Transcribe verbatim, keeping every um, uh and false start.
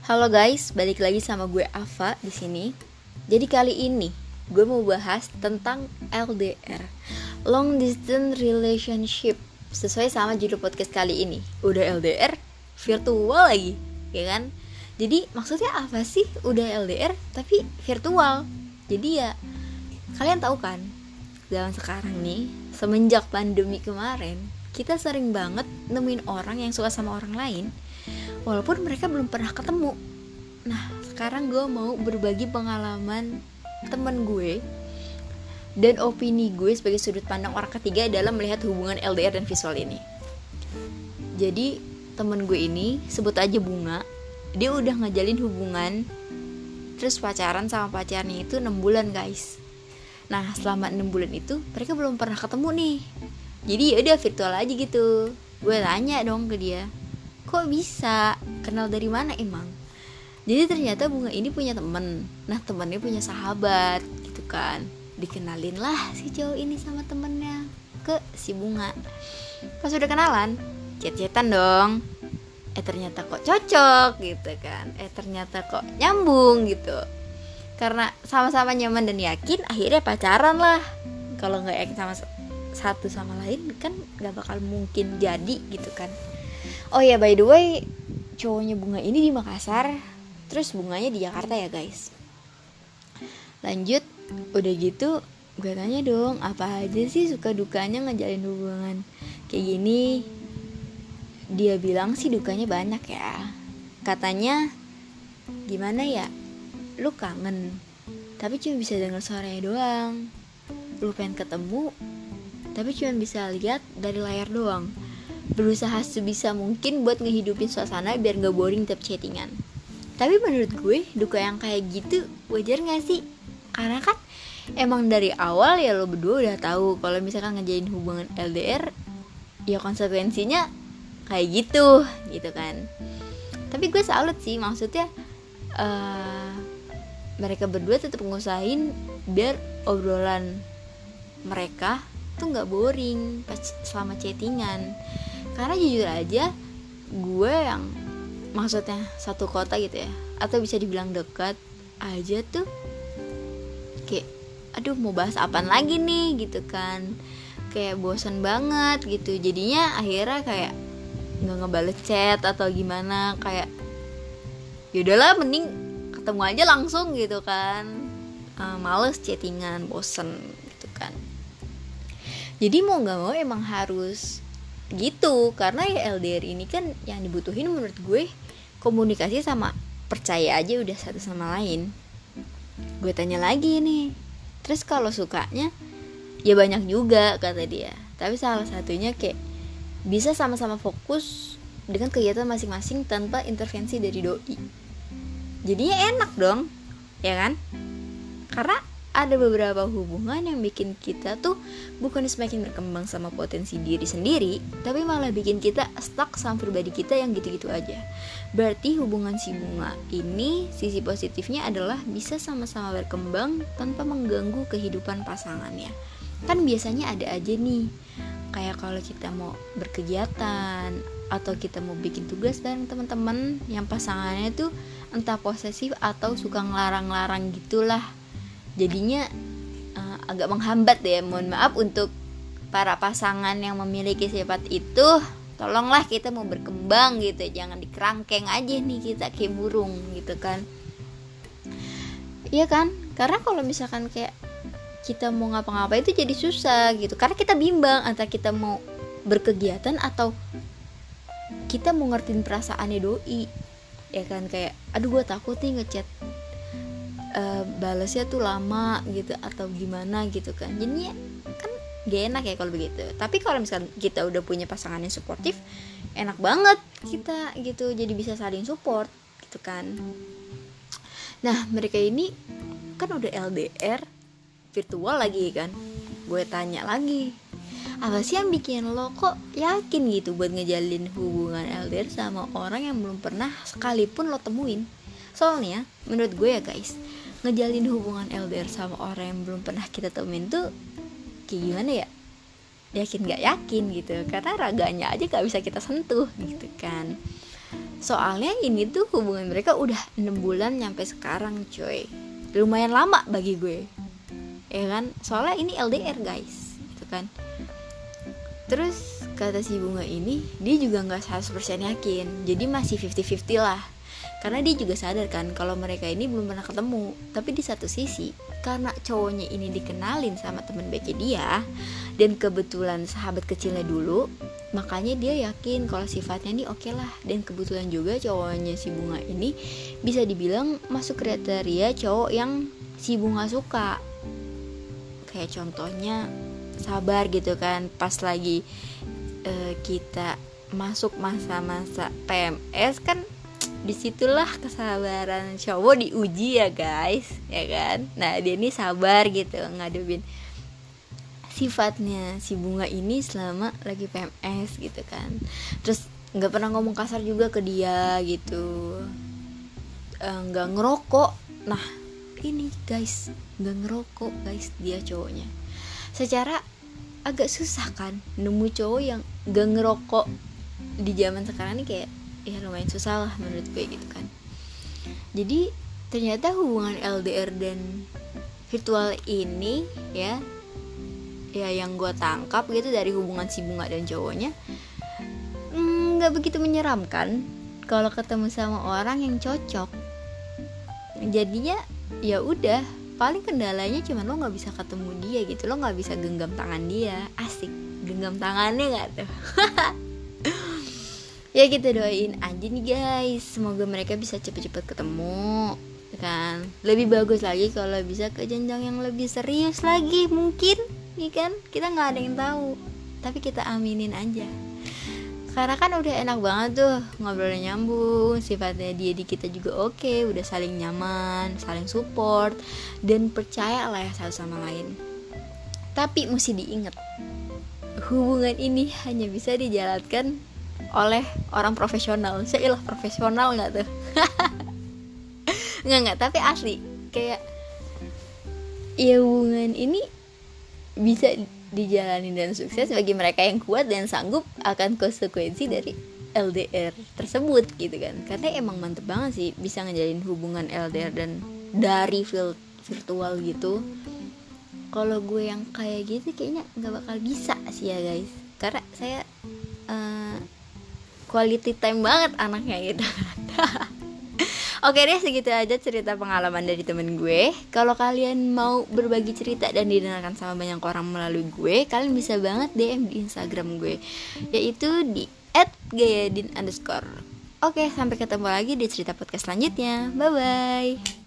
Halo guys, balik lagi sama gue Ava di sini. Jadi kali ini gue mau bahas tentang L D R, Long Distance Relationship. Sesuai sama judul podcast kali ini. Udah L D R, virtual lagi, ya kan? Jadi maksudnya apa sih udah L D R tapi virtual? Jadi ya kalian tahu kan, zaman sekarang nih, semenjak pandemi kemarin, kita sering banget nemuin orang yang suka sama orang lain walaupun mereka belum pernah ketemu. Nah, sekarang gue mau berbagi pengalaman temen gue dan opini gue sebagai sudut pandang orang ketiga dalam melihat hubungan L D R dan visual ini. Jadi, temen gue ini, sebut aja Bunga, dia udah ngejalin hubungan, terus pacaran sama pacarnya itu enam bulan guys. Nah, selama enam bulan itu, mereka belum pernah ketemu nih. Jadi ya udah virtual aja gitu. Gue tanya dong ke dia, kok bisa? Kenal dari mana emang? Jadi ternyata Bunga ini punya temen. Nah temennya punya sahabat gitu kan. Dikenalin lah si cowok ini sama temennya ke si Bunga. Pas udah kenalan, chat-chatan dong. Eh ternyata kok cocok gitu kan. Eh ternyata kok nyambung gitu. Karena sama-sama nyaman dan yakin, akhirnya pacaran lah. Kalau gak yakin sama satu sama lain kan gak bakal mungkin jadi gitu kan. Oh ya, by the way, cowoknya Bunga ini di Makassar, terus Bunganya di Jakarta ya guys. Lanjut, udah gitu gue tanya dong, apa aja sih suka dukanya ngejalin hubungan kayak gini. Dia bilang sih dukanya banyak ya. Katanya, gimana ya, lu kangen tapi cuma bisa denger suaranya doang. Lu pengen ketemu tapi cuma bisa lihat dari layar doang. Berusaha sebisa mungkin buat ngehidupin suasana biar gak boring tiap chattingan. Tapi menurut gue, duka yang kayak gitu wajar gak sih? Karena kan emang dari awal ya lo berdua udah tahu kalau misalkan ngejalin hubungan L D R, ya konsekuensinya kayak gitu, gitu kan. Tapi gue salut sih, maksudnya uh, mereka berdua tetap ngusahain biar obrolan mereka tuh gak boring pas selama chattingan. Karena jujur aja, gue yang maksudnya satu kota gitu ya, atau bisa dibilang dekat aja tuh kayak, aduh mau bahas apaan lagi nih gitu kan. Kayak bosan banget gitu. Jadinya akhirnya kayak gak ngebales chat atau gimana. Kayak yaudahlah mending ketemu aja langsung gitu kan. uh, Males chattingan, bosen gitu kan. Jadi mau gak mau emang harus gitu, karena ya L D R ini kan yang dibutuhin menurut gue komunikasi sama percaya aja udah satu sama lain. Gue tanya lagi nih, terus kalau sukanya ya banyak juga kata dia, tapi salah satunya kayak bisa sama-sama fokus dengan kegiatan masing-masing tanpa intervensi dari doi. Jadinya enak dong, ya kan? Karena ada beberapa hubungan yang bikin kita tuh bukan semakin berkembang sama potensi diri sendiri, tapi malah bikin kita stuck sama pribadi kita yang gitu-gitu aja. Berarti hubungan si Bunga ini, sisi positifnya adalah bisa sama-sama berkembang tanpa mengganggu kehidupan pasangannya. Kan biasanya ada aja nih, kayak kalau kita mau berkegiatan atau kita mau bikin tugas bareng teman-teman yang pasangannya tuh entah posesif atau suka ngelarang-larang gitulah. Jadinya uh, agak menghambat ya. Mohon maaf untuk para pasangan yang memiliki sifat itu. Tolonglah kita mau berkembang gitu, jangan dikerangkeng aja nih kita kayak burung gitu kan. Iya kan? Karena kalau misalkan kayak kita mau ngapa-ngapa itu jadi susah gitu. Karena kita bimbang antara kita mau berkegiatan atau kita mau ngertiin perasaannya doi. Ya kan, kayak aduh gue takut nih ngechat Uh, balasnya tuh lama gitu atau gimana gitu kan. Jadinya kan gak enak ya kalau begitu. Tapi kalau misalkan kita udah punya pasangan yang suportif, enak banget kita gitu, jadi bisa saling support gitu kan. Nah mereka ini kan udah L D R virtual lagi kan. Gue tanya lagi, apa sih yang bikin lo kok yakin gitu buat ngejalin hubungan L D R sama orang yang belum pernah sekalipun lo temuin? Soalnya menurut gue ya guys, ngejalin hubungan L D R sama orang yang belum pernah kita temuin tuh kayak gimana ya, yakin gak yakin gitu. Karena raganya aja gak bisa kita sentuh gitu kan. Soalnya ini tuh hubungan mereka udah enam bulan nyampe sekarang coy. Lumayan lama bagi gue, ya kan, soalnya ini L D R guys, gitu kan. Terus kata si Bunga ini, dia juga gak seratus persen yakin, jadi masih fifty fifty lah. Karena dia juga sadar kan kalau mereka ini belum pernah ketemu. Tapi di satu sisi, karena cowoknya ini dikenalin sama temen baiknya dia, dan kebetulan sahabat kecilnya dulu, makanya dia yakin kalau sifatnya ini oke lah. Dan kebetulan juga cowoknya si Bunga ini bisa dibilang masuk kriteria cowok yang si Bunga suka. Kayak contohnya sabar gitu kan, pas lagi uh, kita masuk masa-masa P M S kan, disitulah kesabaran cowok diuji ya guys, ya kan. Nah dia ini sabar gitu ngadepin sifatnya si Bunga ini selama lagi P M S gitu kan. Terus nggak pernah ngomong kasar juga ke dia gitu, nggak e, ngerokok. Nah ini guys, nggak ngerokok guys dia cowoknya. Secara agak susah kan nemu cowok yang nggak ngerokok di zaman sekarang ini, kayak ya lumayan susah lah menurut gue gitu kan. Jadi ternyata hubungan L D R dan virtual ini ya ya yang gue tangkap gitu dari hubungan si Bunga dan cowoknya nggak hmm, begitu menyeramkan kalau ketemu sama orang yang cocok. Jadinya ya udah, paling kendalanya cuma lo nggak bisa ketemu dia gitu, lo nggak bisa genggam tangan dia. Asik, genggam tangannya nggak tuh? Ya kita doain aja nih guys, semoga mereka bisa cepet-cepet ketemu kan. Lebih bagus lagi kalau bisa ke jenjang yang lebih serius lagi mungkin, ya kan. Kita nggak ada yang tahu, tapi kita aminin aja. Karena kan udah enak banget tuh ngobrolnya nyambung, sifatnya dia di kita juga oke, udah saling nyaman, saling support dan percaya lah ya satu sama lain. Tapi mesti diingat, hubungan ini hanya bisa dijalankan oleh orang profesional. Saya ilah profesional nggak tuh? nggak nggak tapi asli kayak ya hubungan ini bisa dijalani dan sukses bagi mereka yang kuat dan sanggup akan konsekuensi dari L D R tersebut gitu kan. Karena emang mantep banget sih bisa ngejalin hubungan L D R dan dari virtual gitu. Kalau gue yang kayak gitu kayaknya nggak bakal bisa sih ya guys, karena saya uh, quality time banget anaknya gitu. Oke deh, segitu aja cerita pengalaman dari temen gue. Kalau kalian mau berbagi cerita dan didengarkan sama banyak orang melalui gue, kalian bisa banget D M di Instagram gue, yaitu di et gayadin underscore. Oke, sampai ketemu lagi di cerita podcast selanjutnya. Bye bye.